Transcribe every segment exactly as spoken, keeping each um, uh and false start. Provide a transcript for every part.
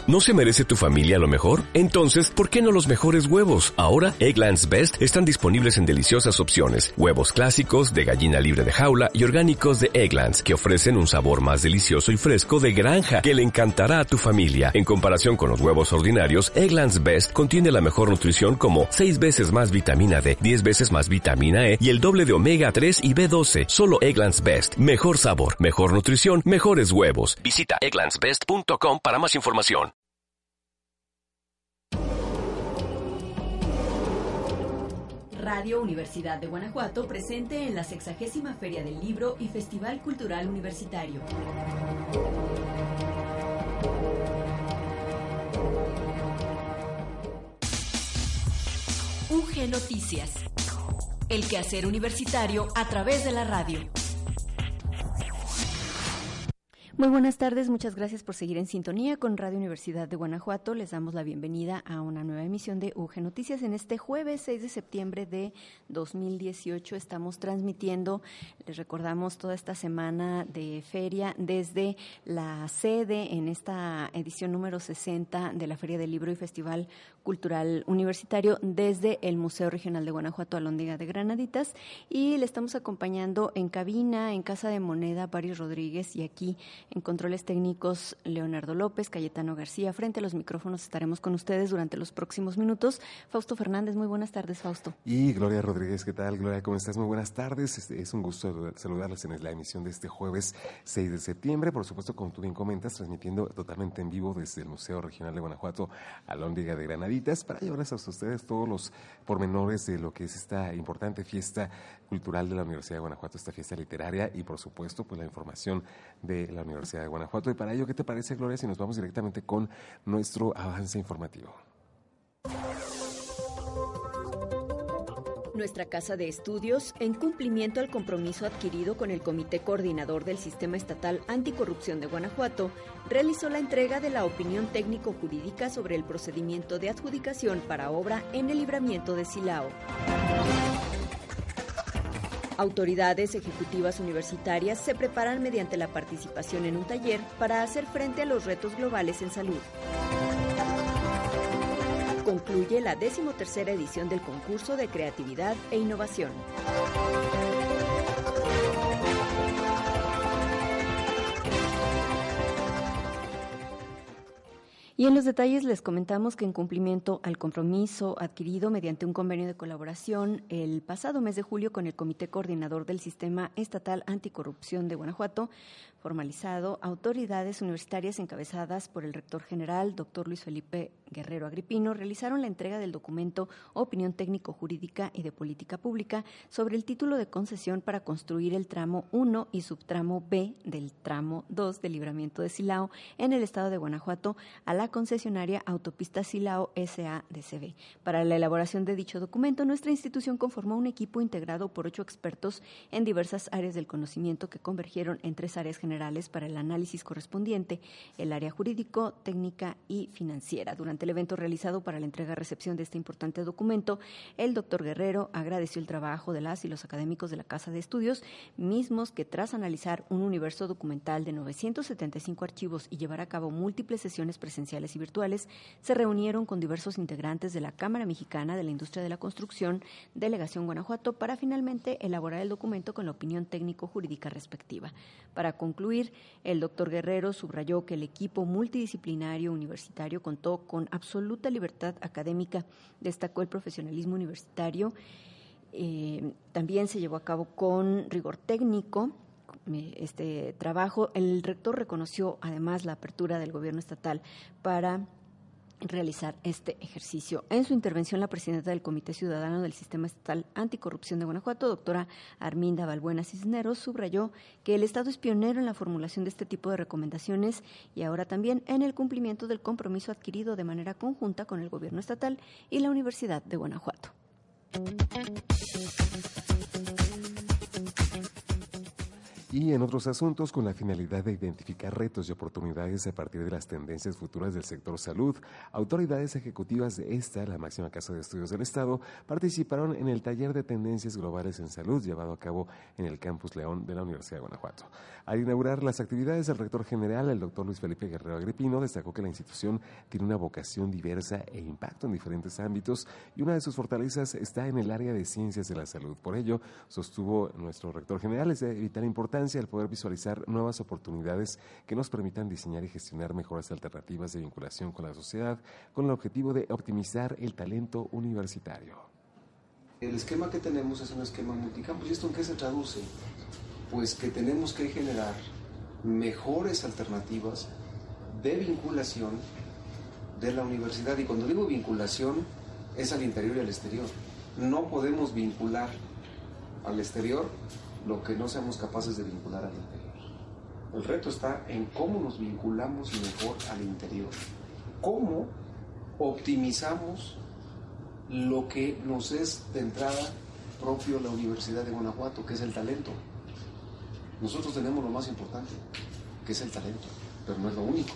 ¿No se merece tu familia lo mejor? Entonces, ¿por qué no los mejores huevos? Ahora, Eggland's Best están disponibles en deliciosas opciones. Huevos clásicos, de gallina libre de jaula y orgánicos de Eggland's, que ofrecen un sabor más delicioso y fresco de granja que le encantará a tu familia. En comparación con los huevos ordinarios, Eggland's Best contiene la mejor nutrición como seis veces más vitamina D, diez veces más vitamina E y el doble de omega tres y B doce. Solo Eggland's Best. Mejor sabor, mejor nutrición, mejores huevos. Visita egglands best punto com para más información. Radio Universidad de Guanajuato presente en la sexagésima Feria del Libro y Festival Cultural Universitario. U G Noticias. El quehacer universitario a través de la radio. Muy buenas tardes, muchas gracias por seguir en sintonía con Radio Universidad de Guanajuato. Les damos la bienvenida a una nueva emisión de U G Noticias. En este jueves seis de septiembre de dos mil dieciocho estamos transmitiendo, les recordamos, toda esta semana de feria desde la sede en esta edición número sesenta de la Feria del Libro y Festival Cultural Universitario, desde el Museo Regional de Guanajuato Alhóndiga de Granaditas, y le estamos acompañando en cabina, en Casa de Moneda, Paris Rodríguez, y aquí en controles técnicos, Leonardo López, Cayetano García. Frente a los micrófonos estaremos con ustedes durante los próximos minutos. Fausto Fernández, muy buenas tardes, Fausto. Y Gloria Rodríguez, ¿qué tal? Gloria, ¿cómo estás? Muy buenas tardes. Es, es un gusto saludarles en la emisión de este jueves seis de septiembre. Por supuesto, como tú bien comentas, transmitiendo totalmente en vivo desde el Museo Regional de Guanajuato Alhóndiga de Granaditas, para llevarles a ustedes todos los pormenores de lo que es esta importante fiesta cultural de la Universidad de Guanajuato, esta fiesta literaria, y por supuesto, pues la información de la Universidad de Guanajuato. Y para ello, ¿qué te parece, Gloria, si nos vamos directamente con nuestro avance informativo? Nuestra casa de estudios, en cumplimiento al compromiso adquirido con el Comité Coordinador del Sistema Estatal Anticorrupción de Guanajuato, realizó la entrega de la opinión técnico-jurídica sobre el procedimiento de adjudicación para obra en el libramiento de Silao. Autoridades ejecutivas universitarias se preparan mediante la participación en un taller para hacer frente a los retos globales en salud. Concluye la decimotercera edición del concurso de creatividad e innovación. Y en los detalles les comentamos que en cumplimiento al compromiso adquirido mediante un convenio de colaboración el pasado mes de julio con el Comité Coordinador del Sistema Estatal Anticorrupción de Guanajuato, formalizado, autoridades universitarias encabezadas por el rector general, doctor Luis Felipe Guerrero Agripino, realizaron la entrega del documento Opinión Técnico-Jurídica y de Política Pública sobre el título de concesión para construir el tramo uno y subtramo B del tramo dos del libramiento de Silao en el estado de Guanajuato a la concesionaria Autopista Silao S A D C B. Para la elaboración de dicho documento, nuestra institución conformó un equipo integrado por ocho expertos en diversas áreas del conocimiento que convergieron en tres áreas generales para el análisis correspondiente, el área jurídico, técnica y financiera. Durante el evento realizado para la entrega-recepción de este importante documento, el doctor Guerrero agradeció el trabajo de las y los académicos de la Casa de Estudios, mismos que tras analizar un universo documental de novecientos setenta y cinco archivos y llevar a cabo múltiples sesiones presenciales y virtuales, se reunieron con diversos integrantes de la Cámara Mexicana de la Industria de la Construcción, Delegación Guanajuato, para finalmente elaborar el documento con la opinión técnico-jurídica respectiva. Para concluir, el doctor Guerrero subrayó que el equipo multidisciplinario universitario contó con absoluta libertad académica, destacó el profesionalismo universitario, eh, también se llevó a cabo con rigor técnico este trabajo. El rector reconoció además la apertura del gobierno estatal para realizar este ejercicio. En su intervención, la presidenta del Comité Ciudadano del Sistema Estatal Anticorrupción de Guanajuato, doctora Arminda Balbuena Cisneros, subrayó que el Estado es pionero en la formulación de este tipo de recomendaciones y ahora también en el cumplimiento del compromiso adquirido de manera conjunta con el Gobierno estatal y la Universidad de Y en otros asuntos, con la finalidad de identificar retos y oportunidades a partir de las tendencias futuras del sector salud, autoridades ejecutivas de esta, la máxima casa de estudios del Estado, participaron en el taller de tendencias globales en salud llevado a cabo en el Campus León de la Universidad de Guanajuato. Al inaugurar las actividades, el rector general, el doctor Luis Felipe Guerrero Agripino, destacó que la institución tiene una vocación diversa e impacto en diferentes ámbitos y una de sus fortalezas está en el área de ciencias de la salud. Por ello, sostuvo nuestro rector general, es de vital importancia el poder visualizar nuevas oportunidades que nos permitan diseñar y gestionar mejores alternativas de vinculación con la sociedad con el objetivo de optimizar el talento universitario. El esquema que tenemos es un esquema multicampus. ¿Y esto en qué se traduce? Pues que tenemos que generar mejores alternativas de vinculación de la universidad. Y cuando digo vinculación, es al interior y al exterior. No podemos vincular al exterior lo que no seamos capaces de vincular al interior. El reto está en cómo nos vinculamos mejor al interior, cómo optimizamos lo que nos es de entrada propio la Universidad de Guanajuato, que es el talento. Nosotros tenemos lo más importante, que es el talento, pero no es lo único.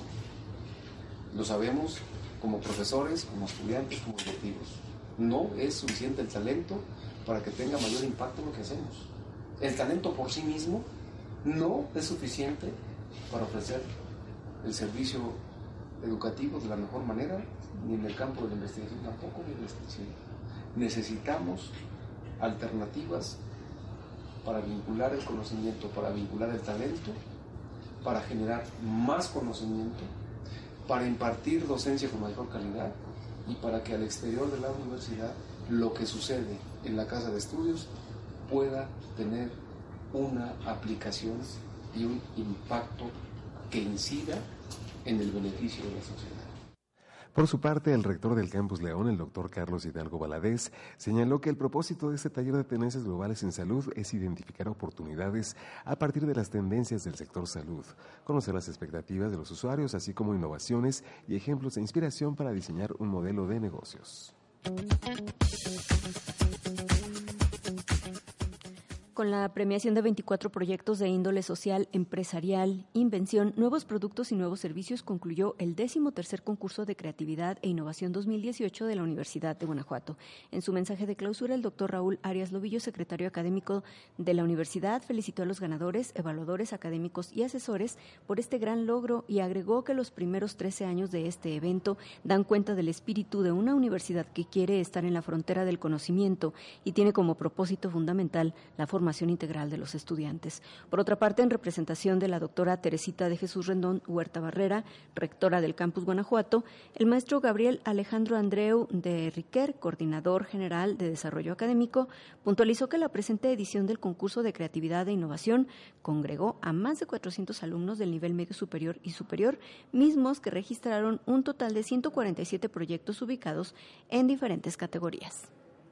Lo sabemos como profesores, como estudiantes, como directivos. No es suficiente el talento para que tenga mayor impacto en lo que hacemos. El talento por sí mismo no es suficiente para ofrecer el servicio educativo de la mejor manera, ni en el campo de la investigación tampoco, ni en la extensión. Necesitamos alternativas para vincular el conocimiento, para vincular el talento, para generar más conocimiento, para impartir docencia con mayor calidad y para que al exterior de la universidad lo que sucede en la casa de estudios pueda tener una aplicación y un impacto que incida en el beneficio de la sociedad. Por su parte, el rector del Campus León, el doctor Carlos Hidalgo Valadez, señaló que el propósito de este taller de tendencias globales en salud es identificar oportunidades a partir de las tendencias del sector salud, conocer las expectativas de los usuarios, así como innovaciones y ejemplos de inspiración para diseñar un modelo de negocios. Con la premiación de veinticuatro proyectos de índole social, empresarial, invención, nuevos productos y nuevos servicios, concluyó el décimo tercer concurso de creatividad e innovación dos mil dieciocho de la Universidad de Guanajuato. En su mensaje de clausura, el doctor Raúl Arias Lobillo, secretario académico de la universidad, felicitó a los ganadores, evaluadores académicos y asesores por este gran logro y agregó que los primeros trece años de este evento dan cuenta del espíritu de una universidad que quiere estar en la frontera del conocimiento y tiene como propósito fundamental la formación integral de los estudiantes. Por otra parte, en representación de la doctora Teresita de Jesús Rendón Huerta Barrera, rectora del Campus Guanajuato, el maestro Gabriel Alejandro Andreu de Riquer, coordinador general de desarrollo académico, puntualizó que la presente edición del concurso de creatividad e innovación congregó a más de cuatrocientos alumnos del nivel medio superior y superior, mismos que registraron un total de ciento cuarenta y siete proyectos ubicados en diferentes categorías.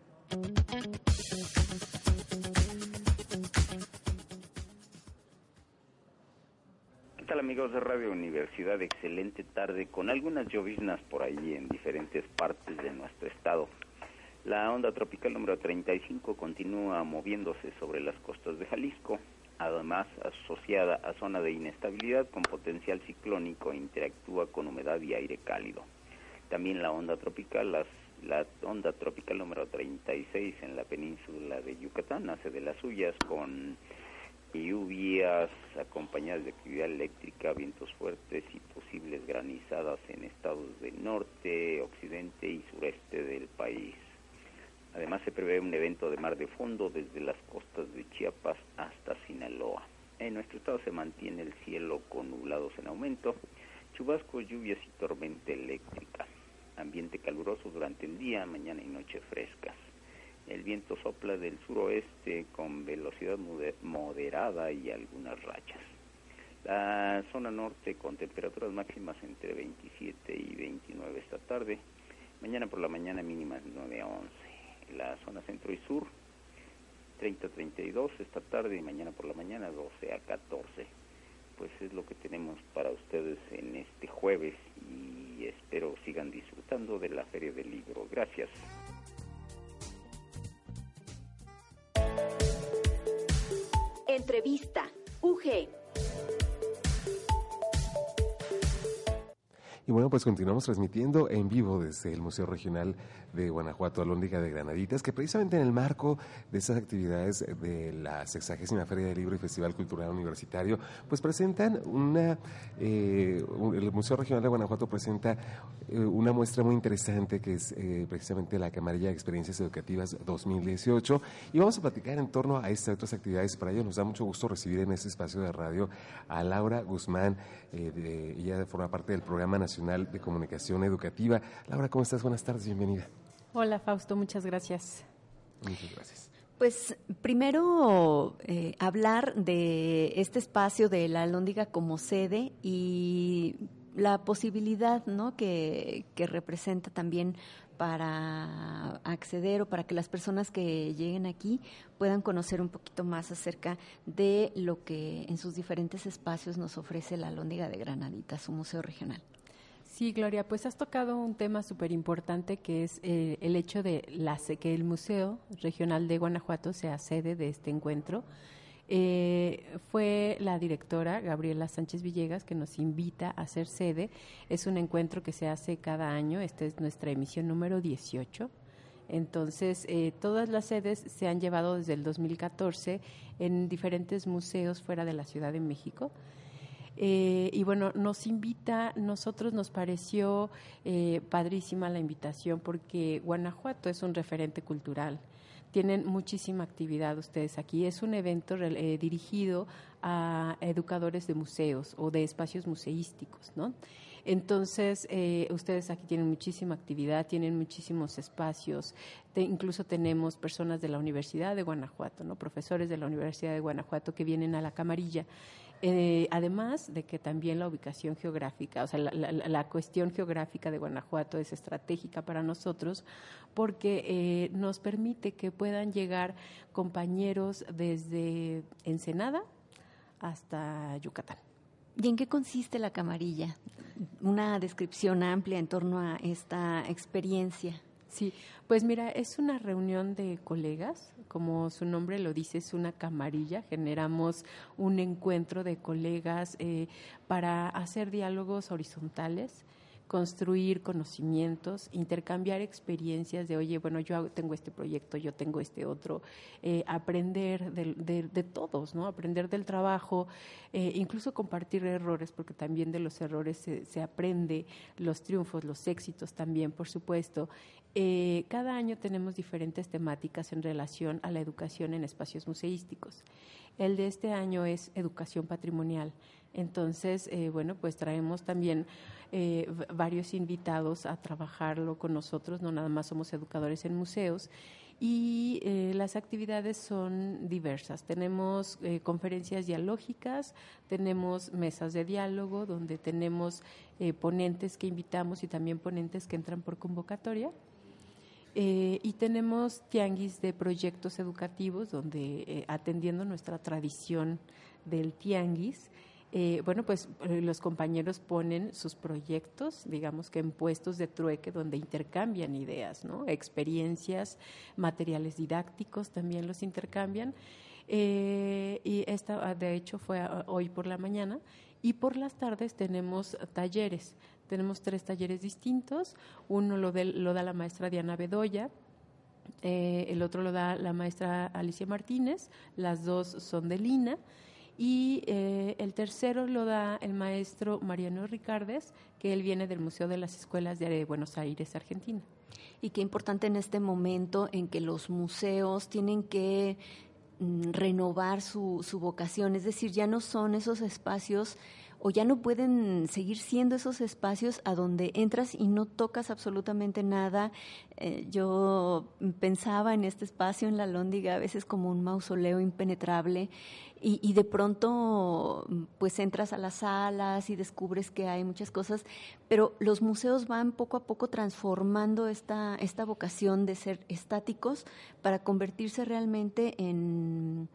¿Qué tal, amigos de Radio Universidad? Excelente tarde con algunas lloviznas por ahí en diferentes partes de nuestro estado. La onda tropical número treinta y cinco continúa moviéndose sobre las costas de Jalisco, además asociada a zona de inestabilidad con potencial ciclónico e interactúa con humedad y aire cálido. También la onda tropical, las, la onda tropical número treinta y seis en la península de Yucatán hace de las suyas con lluvias acompañadas de actividad eléctrica, vientos fuertes y posibles granizadas en estados del norte, occidente y sureste del país. Además se prevé un evento de mar de fondo desde las costas de Chiapas hasta Sinaloa. En nuestro estado se mantiene el cielo con nublados en aumento, chubascos, lluvias y tormenta eléctrica. Ambiente caluroso durante el día, mañana y noche frescas. El viento sopla del suroeste con velocidad moderada y algunas rachas. La zona norte con temperaturas máximas entre veintisiete y veintinueve esta tarde. Mañana por la mañana mínimas nueve a once. La zona centro y sur treinta a treinta y dos esta tarde y mañana por la mañana doce a catorce. Pues es lo que tenemos para ustedes en este jueves y espero sigan disfrutando de la Feria del Libro. Gracias. Entrevista. U G. Y bueno, pues continuamos transmitiendo en vivo desde el Museo Regional de Guanajuato, Alhóndiga de Granaditas, que precisamente en el marco de estas actividades de la sexagésima Feria del Libro y Festival Cultural Universitario, pues presentan una, eh, el Museo Regional de Guanajuato presenta eh, una muestra muy interesante que es eh, precisamente la Camarilla de Experiencias Educativas dos mil dieciocho, y vamos a platicar en torno a estas otras actividades. Para ello nos da mucho gusto recibir en este espacio de radio a Laura Guzmán, eh, de, ella forma parte del Programa Nacional de Comunicación Educativa. Laura, ¿cómo estás? Buenas tardes, bienvenida. Hola, Fausto, muchas gracias. Muchas gracias. Pues primero eh, hablar de este espacio de la Alhóndiga como sede y la posibilidad, ¿no?, que, que representa también para acceder o para que las personas que lleguen aquí puedan conocer un poquito más acerca de lo que en sus diferentes espacios nos ofrece la Alhóndiga de Granaditas, su museo regional. Sí, Gloria, pues has tocado un tema súper importante que es eh, el hecho de la, que el Museo Regional de Guanajuato sea sede de este encuentro. Eh, fue la directora Gabriela Sánchez Villegas que nos invita a ser sede. Es un encuentro que se hace cada año, esta es nuestra emisión número dieciocho. Entonces, eh, todas las sedes se han llevado desde el dos mil catorce en diferentes museos fuera de la Ciudad de México. Eh, y bueno, nos invita, nosotros nos pareció eh, padrísima la invitación porque Guanajuato es un referente cultural. Tienen muchísima actividad ustedes aquí. Es un evento eh, dirigido a educadores de museos o de espacios museísticos, ¿no? Entonces, eh, ustedes aquí tienen muchísima actividad, tienen muchísimos espacios. Te, incluso tenemos personas de la Universidad de Guanajuato, ¿no?, profesores de la Universidad de Guanajuato que vienen a la camarilla. Eh, además de que también la ubicación geográfica, o sea, la, la, la cuestión geográfica de Guanajuato es estratégica para nosotros porque eh, nos permite que puedan llegar compañeros desde Ensenada hasta Yucatán. ¿Y en qué consiste la camarilla? Una descripción amplia en torno a esta experiencia. Sí, pues mira, es una reunión de colegas, como su nombre lo dice, es una camarilla. Generamos un encuentro de colegas eh, para hacer diálogos horizontales, construir conocimientos, intercambiar experiencias de, oye, bueno, yo tengo este proyecto, yo tengo este otro, eh, aprender de, de, de todos, ¿no? Aprender del trabajo, eh, incluso compartir errores, porque también de los errores se, se aprende, los triunfos, los éxitos también, por supuesto. Eh, cada año tenemos diferentes temáticas en relación a la educación en espacios museísticos. El de este año es educación patrimonial. Entonces, eh, bueno, pues traemos también eh, varios invitados a trabajarlo con nosotros, no nada más somos educadores en museos, y eh, las actividades son diversas. Tenemos eh, conferencias dialógicas, tenemos mesas de diálogo donde tenemos eh, ponentes que invitamos y también ponentes que entran por convocatoria. Eh, y tenemos tianguis de proyectos educativos donde, eh, atendiendo nuestra tradición del tianguis, eh, bueno, pues eh, los compañeros ponen sus proyectos, digamos que en puestos de trueque donde intercambian ideas, ¿no? Experiencias, materiales didácticos también los intercambian. Eh, y esta, de hecho, fue a, hoy por la mañana. Y por las tardes tenemos talleres. Tenemos tres talleres distintos. Uno lo, de, lo da la maestra Diana Bedoya, eh, el otro lo da la maestra Alicia Martínez, las dos son de Lina, y eh, el tercero lo da el maestro Mariano Ricardes, que él viene del Museo de las Escuelas de Buenos Aires, Argentina. Y qué importante en este momento en que los museos tienen que mm, renovar su, su vocación, es decir, ya no son esos espacios o ya no pueden seguir siendo esos espacios a donde entras y no tocas absolutamente nada. Eh, yo pensaba en este espacio en la Alhóndiga a veces como un mausoleo impenetrable y, y de pronto pues entras a las salas y descubres que hay muchas cosas, pero los museos van poco a poco transformando esta, esta vocación de ser estáticos para convertirse realmente en...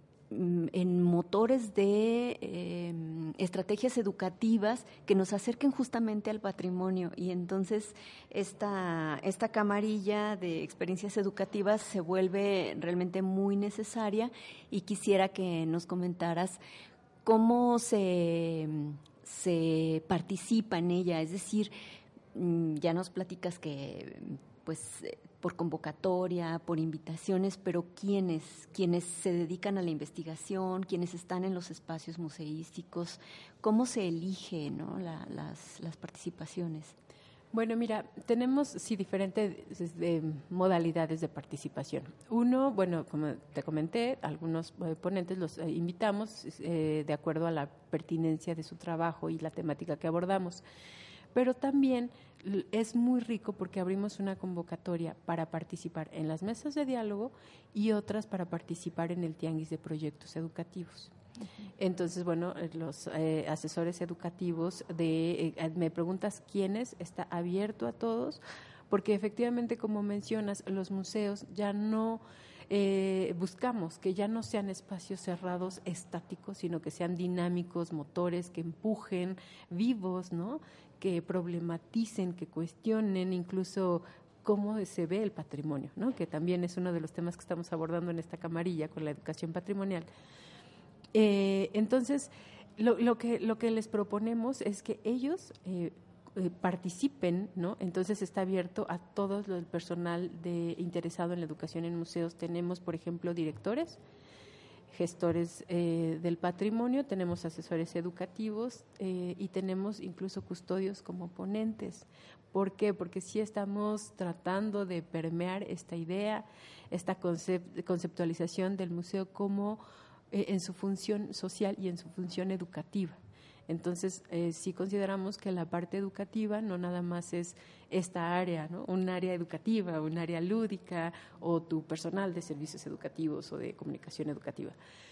en motores de eh, estrategias educativas que nos acerquen justamente al patrimonio, y entonces esta, esta camarilla de experiencias educativas se vuelve realmente muy necesaria, y quisiera que nos comentaras cómo se, se participa en ella, es decir, ya nos platicas que pues por convocatoria, por invitaciones, pero ¿quiénes? ¿Quiénes se dedican a la investigación? ¿Quiénes están en los espacios museísticos? ¿Cómo se elige, ¿no? la, las, las participaciones? Bueno, mira, tenemos sí diferentes eh, modalidades de participación. Uno, bueno, como te comenté, algunos eh, ponentes los eh, invitamos eh, de acuerdo a la pertinencia de su trabajo y la temática que abordamos. Pero también es muy rico porque abrimos una convocatoria para participar en las mesas de diálogo y otras para participar en el tianguis de proyectos educativos. Uh-huh. Entonces, bueno, los eh, asesores educativos de, eh, me preguntas quiénes, está abierto a todos, porque efectivamente, como mencionas, los museos ya no eh, buscamos que ya no sean espacios cerrados estáticos, sino que sean dinámicos, motores, que empujen, vivos, ¿no? Que problematicen, que cuestionen, incluso cómo se ve el patrimonio, ¿no? Que también es uno de los temas que estamos abordando en esta camarilla con la educación patrimonial. Eh, entonces, lo, lo, que, lo que les proponemos es que ellos eh, eh, participen, ¿no? Entonces está abierto a todo el personal de, interesado en la educación en museos. Tenemos, por ejemplo, directores, gestores eh, del patrimonio, tenemos asesores educativos eh, y tenemos incluso custodios como ponentes. ¿Por qué? Porque sí estamos tratando de permear esta idea, esta concept, conceptualización del museo como eh, en su función social y en su función educativa. Entonces, eh, sí consideramos que la parte educativa no nada más es esta área, ¿no? Un área educativa, un área lúdica o tu personal de servicios educativos o de comunicación educativa,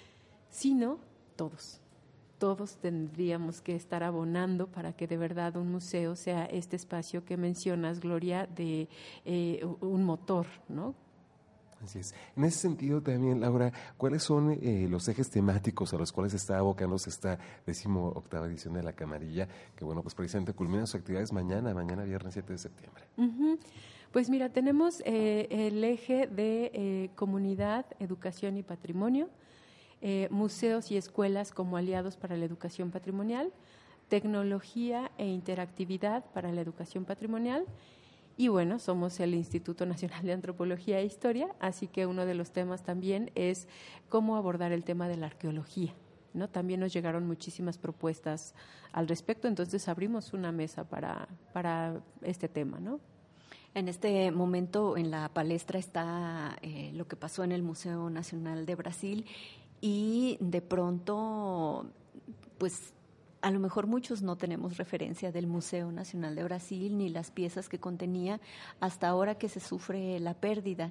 sino todos. Todos tendríamos que estar abonando para que de verdad un museo sea este espacio que mencionas, Gloria, de eh, un motor, ¿no? Así es. En ese sentido también, Laura, ¿cuáles son eh, los ejes temáticos a los cuales está abocándose esta decimoctava edición de la Camarilla? Que bueno, pues precisamente culminan sus actividades mañana, mañana viernes siete de septiembre. Uh-huh. Pues mira, tenemos eh, el eje de eh, comunidad, educación y patrimonio, eh, museos y escuelas como aliados para la educación patrimonial, tecnología e interactividad para la educación patrimonial. Y bueno, somos el Instituto Nacional de Antropología e Historia, así que uno de los temas también es cómo abordar el tema de la arqueología, ¿no? También nos llegaron muchísimas propuestas al respecto, entonces abrimos una mesa para, para este tema, ¿no? En este momento en la palestra está eh, lo que pasó en el Museo Nacional de Brasil y de pronto, pues, a lo mejor muchos no tenemos referencia del Museo Nacional de Brasil ni las piezas que contenía hasta ahora que se sufre la pérdida.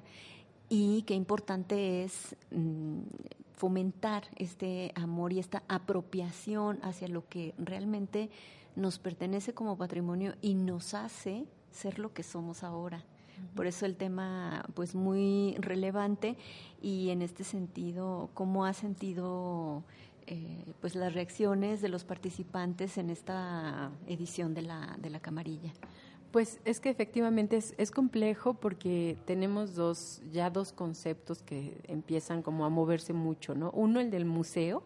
Y qué importante es mmm, fomentar este amor y esta apropiación hacia lo que realmente nos pertenece como patrimonio y nos hace ser lo que somos ahora. Uh-huh. Por eso el tema pues muy relevante y en este sentido, ¿cómo ha sentido Eh, pues las reacciones de los participantes en esta edición de la, de la Camarilla? Pues es que efectivamente es, es complejo porque tenemos dos, ya dos conceptos que empiezan como a moverse mucho, ¿no? Uno, el del museo,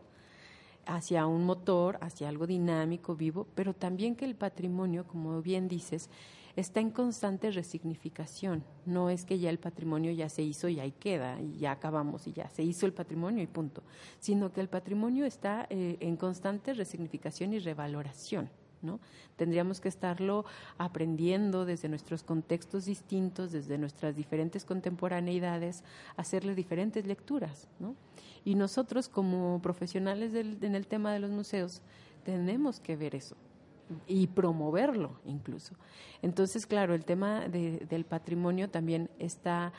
hacia un motor, hacia algo dinámico, vivo, pero también que el patrimonio, como bien dices, está en constante resignificación. No es que ya el patrimonio ya se hizo y ahí queda, y ya acabamos y ya se hizo el patrimonio y punto, sino que el patrimonio está eh, en constante resignificación y revaloración, ¿no? Tendríamos que estarlo aprendiendo desde nuestros contextos distintos, desde nuestras diferentes contemporaneidades, hacerle diferentes lecturas, ¿no? Y nosotros como profesionales del, en el tema de los museos tenemos que ver eso y promoverlo incluso. Entonces, claro, el tema de, del patrimonio también está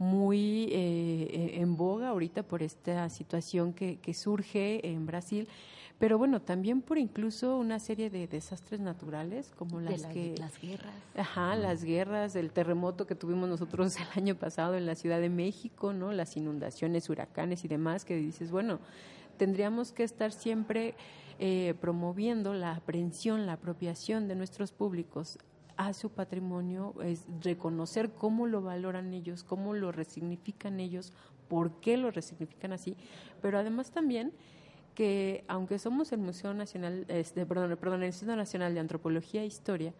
muy eh, en boga ahorita por esta situación que, que surge en Brasil, pero bueno, también por incluso una serie de desastres naturales como las la, que las guerras. Ajá, las guerras, el terremoto que tuvimos nosotros el año pasado en la Ciudad de México, ¿no? Las inundaciones, huracanes y demás, que dices, bueno, tendríamos que estar siempre eh, promoviendo la aprehensión, la apropiación de nuestros públicos a su patrimonio, es reconocer cómo lo valoran ellos, cómo lo resignifican ellos, por qué lo resignifican así, pero además también que aunque somos el Museo Nacional, este, perdón, perdón, el Instituto Nacional de Antropología e Historia,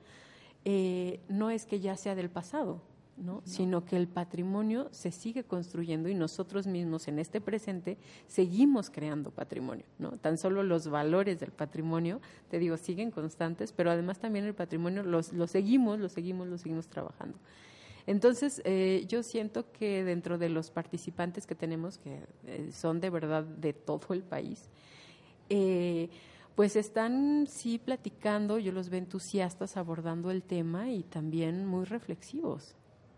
eh, no es que ya sea del pasado, ¿no? No. Sino que el patrimonio se sigue construyendo y nosotros mismos en este presente seguimos creando patrimonio, ¿no? Tan solo los valores del patrimonio, te digo, siguen constantes, pero además también el patrimonio los, lo seguimos, lo seguimos, lo seguimos trabajando. Entonces, eh, yo siento que dentro de los participantes que tenemos, que eh, son de verdad de todo el país, eh, pues están sí platicando, yo los veo entusiastas abordando el tema y también muy reflexivos.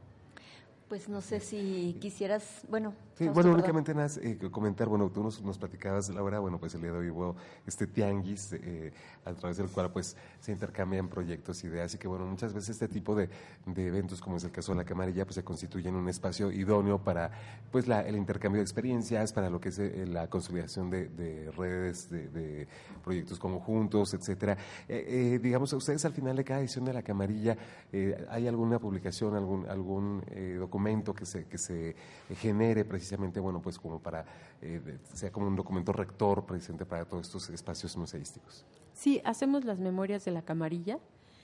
Pues no sé si quisieras, bueno... Sí, Fausto, bueno, perdón. únicamente nada, eh, comentar, bueno, tú nos, nos platicabas, Laura, bueno, pues el día de hoy hubo este tianguis eh, a través del cual pues se intercambian proyectos, ideas, y que bueno, muchas veces este tipo de, de eventos, como es el caso de la Camarilla, pues se constituyen un espacio idóneo para pues la, el intercambio de experiencias, para lo que es eh, la consolidación de, de redes, de, de proyectos conjuntos, etcétera. Eh, eh, digamos, a ustedes al final de cada edición de la Camarilla, eh, ¿hay alguna publicación, algún, algún eh, documento que se, que se genere precisamente precisamente, bueno, pues como para, eh, sea como un documento rector precisamente para todos estos espacios museísticos? Sí, hacemos las memorias de la Camarilla.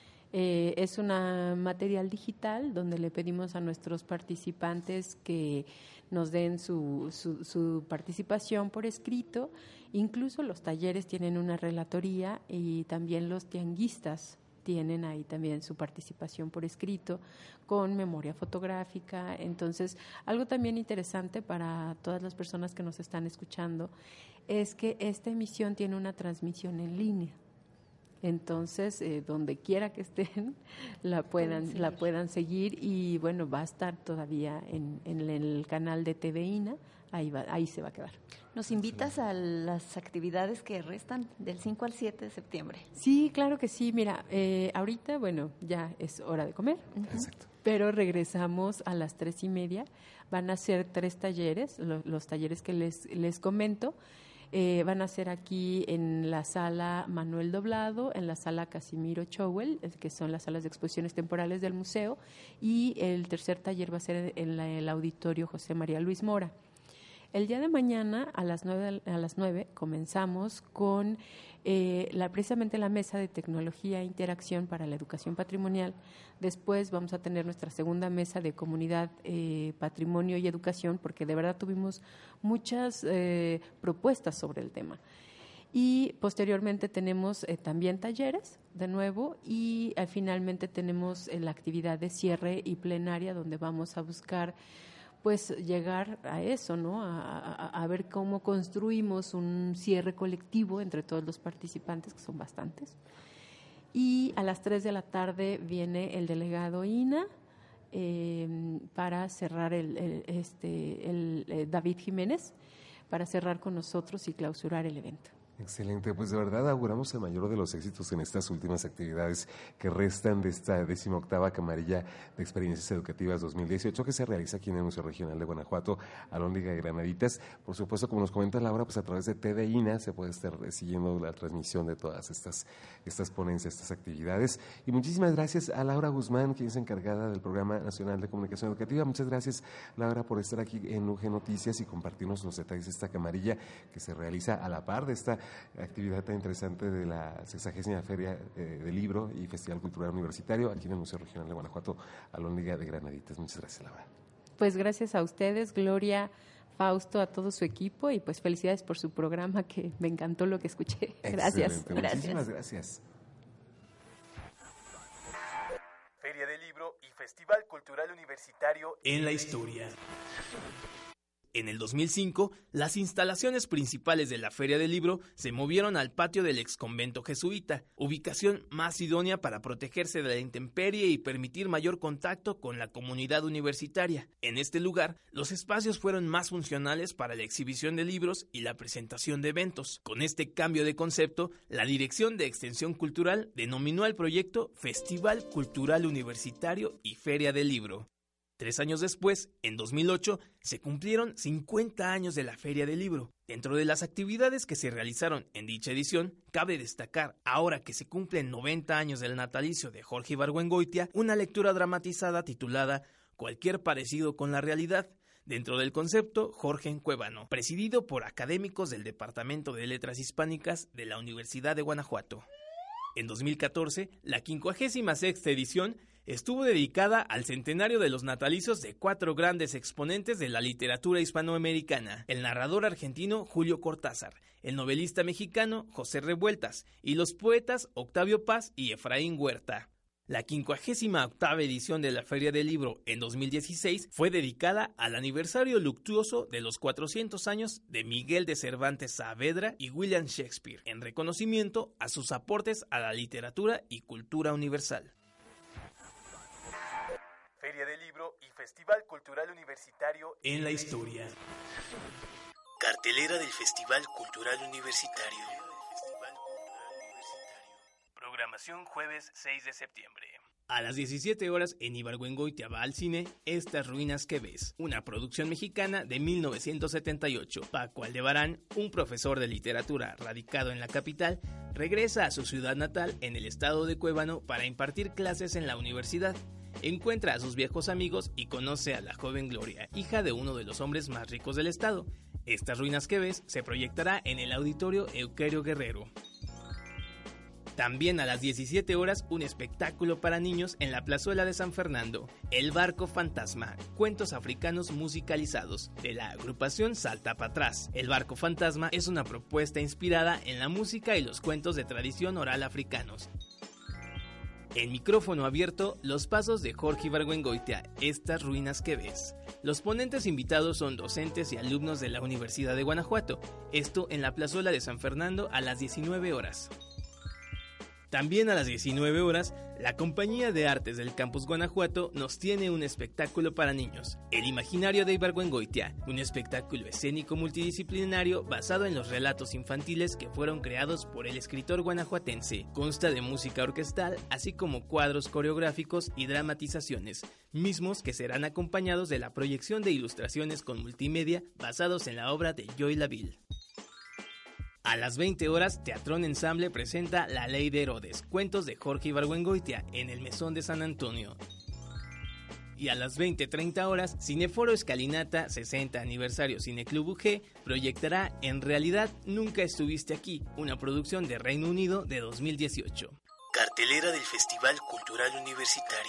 Eh, es un material digital donde le pedimos a nuestros participantes que nos den su, su, su participación por escrito. Incluso los talleres tienen una relatoría y también los tianguistas tienen ahí también su participación por escrito con memoria fotográfica. Entonces, algo también interesante para todas las personas que nos están escuchando es que esta emisión tiene una transmisión en línea. Entonces, eh, donde quiera que estén, la puedan, la puedan seguir y bueno, va a estar todavía en, en el canal de T V I N A, ahí, va, ahí se va a quedar. ¿Nos invitas a las actividades que restan del cinco al siete de septiembre? Sí, claro que sí. Mira, eh, ahorita, bueno, ya es hora de comer. Uh-huh. Exacto. Pero regresamos a las tres y media. Van a ser tres talleres, lo, los talleres que les, les comento. Eh, van a ser aquí en la sala Manuel Doblado, en la sala Casimiro Chowell, que son las salas de exposiciones temporales del museo, y el tercer taller va a ser en la, el auditorio José María Luis Mora. El día de mañana a las nueve, a las nueve comenzamos con eh, la, precisamente la mesa de tecnología e interacción para la educación patrimonial. Después vamos a tener nuestra segunda mesa de comunidad, eh, patrimonio y educación, porque de verdad tuvimos muchas eh, propuestas sobre el tema. Y posteriormente tenemos eh, también talleres, de nuevo, y eh, finalmente tenemos eh, la actividad de cierre y plenaria, donde vamos a buscar pues llegar a eso, ¿no? A, a, a ver cómo construimos un cierre colectivo entre todos los participantes, que son bastantes. Y a las tres de la tarde viene el delegado I N A eh, para cerrar el, el, este, el, el David Jiménez, para cerrar con nosotros y clausurar el evento. Excelente, pues de verdad auguramos el mayor de los éxitos en estas últimas actividades que restan de esta decimoctava Camarilla de Experiencias Educativas dos mil dieciocho que se realiza aquí en el Museo Regional de Guanajuato, Alhóndiga de Granaditas. Por supuesto, como nos comenta Laura, pues a través de T V I N A se puede estar siguiendo la transmisión de todas estas, estas ponencias, estas actividades. Y muchísimas gracias a Laura Guzmán, quien es encargada del Programa Nacional de Comunicación Educativa. Muchas gracias, Laura, por estar aquí en U G Noticias y compartirnos los detalles de esta Camarilla que se realiza a la par de esta actividad tan interesante de la sexagésima Feria eh, del Libro y Festival Cultural Universitario aquí en el Museo Regional de Guanajuato, Alhóndiga de Granaditas. Muchas gracias, Laura. Pues gracias a ustedes, Gloria, Fausto, a todo su equipo y pues felicidades por su programa, que me encantó lo que escuché. Gracias. Excelente. Muchísimas gracias. Feria del Libro y Festival Cultural Universitario en la historia. En el dos mil cinco, las instalaciones principales de la Feria del Libro se movieron al patio del exconvento jesuita, ubicación más idónea para protegerse de la intemperie y permitir mayor contacto con la comunidad universitaria. En este lugar, los espacios fueron más funcionales para la exhibición de libros y la presentación de eventos. Con este cambio de concepto, la Dirección de Extensión Cultural denominó al proyecto Festival Cultural Universitario y Feria del Libro. Tres años después, en dos mil ocho, se cumplieron cincuenta años de la Feria del Libro. Dentro de las actividades que se realizaron en dicha edición, cabe destacar, ahora que se cumplen noventa años del natalicio de Jorge Ibargüengoitia, una lectura dramatizada titulada Cualquier parecido con la realidad, dentro del concepto Jorge Encuévano, presidido por académicos del Departamento de Letras Hispánicas de la Universidad de Guanajuato. En dos mil catorce, la quincuagésima sexta edición estuvo dedicada al centenario de los natalicios de cuatro grandes exponentes de la literatura hispanoamericana: el narrador argentino Julio Cortázar, el novelista mexicano José Revueltas y los poetas Octavio Paz y Efraín Huerta. La quincuagésima octava edición de la Feria del Libro en dos mil dieciséis fue dedicada al aniversario luctuoso de los cuatrocientos años de Miguel de Cervantes Saavedra y William Shakespeare, en reconocimiento a sus aportes a la literatura y cultura universal. Feria del Libro y Festival Cultural Universitario en la historia. Cartelera del Festival Cultural Universitario. Programación jueves seis de septiembre. A las diecisiete horas en Ibargüengoitia va al cine Estas ruinas que ves, una producción mexicana de mil novecientos setenta y ocho. Paco Aldebarán, un profesor de literatura radicado en la capital, regresa a su ciudad natal en el estado de Cuébano para impartir clases en la universidad. Encuentra a sus viejos amigos y conoce a la joven Gloria, hija de uno de los hombres más ricos del estado. Estas ruinas que ves se proyectará en el auditorio Euquerio Guerrero. También a las diecisiete horas, un espectáculo para niños en la plazuela de San Fernando, El Barco Fantasma, cuentos africanos musicalizados, de la agrupación Salta Pa' Atrás. El Barco Fantasma es una propuesta inspirada en la música y los cuentos de tradición oral africanos. En micrófono abierto, los pasos de Jorge Ibargüengoitia, Estas ruinas que ves. Los ponentes invitados son docentes y alumnos de la Universidad de Guanajuato, esto en la plazuela de San Fernando a las diecinueve horas. También a las diecinueve horas, la Compañía de Artes del Campus Guanajuato nos tiene un espectáculo para niños, El Imaginario de Ibargüengoitia, un espectáculo escénico multidisciplinario basado en los relatos infantiles que fueron creados por el escritor guanajuatense. Consta de música orquestal, así como cuadros coreográficos y dramatizaciones, mismos que serán acompañados de la proyección de ilustraciones con multimedia basados en la obra de Joy Laville. A las veinte horas, Teatrón Ensamble presenta La Ley de Herodes, cuentos de Jorge Ibargüengoitia, en el Mesón de San Antonio. Y a las veinte treinta horas, Cineforo Escalinata, sesenta aniversario Cineclub U G, proyectará En realidad nunca estuviste aquí, una producción de Reino Unido de dos mil dieciocho. Cartelera del Festival Cultural Universitario.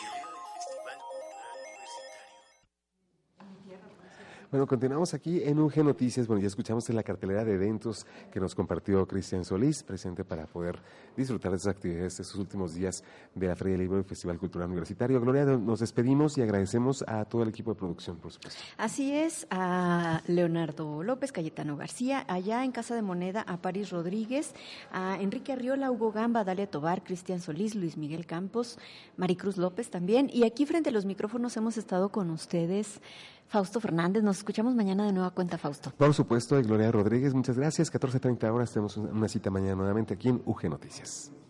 Bueno, continuamos aquí en U G Noticias. Bueno, ya escuchamos en la cartelera de eventos que nos compartió Cristian Solís, presente para poder disfrutar de esas actividades de estos últimos días de la Feria del Libro y Festival Cultural Universitario. Gloria, nos despedimos y agradecemos a todo el equipo de producción, por supuesto. Así es, a Leonardo López, Cayetano García, allá en Casa de Moneda, a Paris Rodríguez, a Enrique Arriola, Hugo Gamba, Dalia Tobar, Cristian Solís, Luis Miguel Campos, Maricruz López también. Y aquí frente a los micrófonos hemos estado con ustedes, Fausto Fernández. Nos escuchamos mañana de nueva cuenta, Fausto. Por supuesto, Gloria Rodríguez, muchas gracias. catorce treinta horas, tenemos una cita mañana nuevamente aquí en U G Noticias.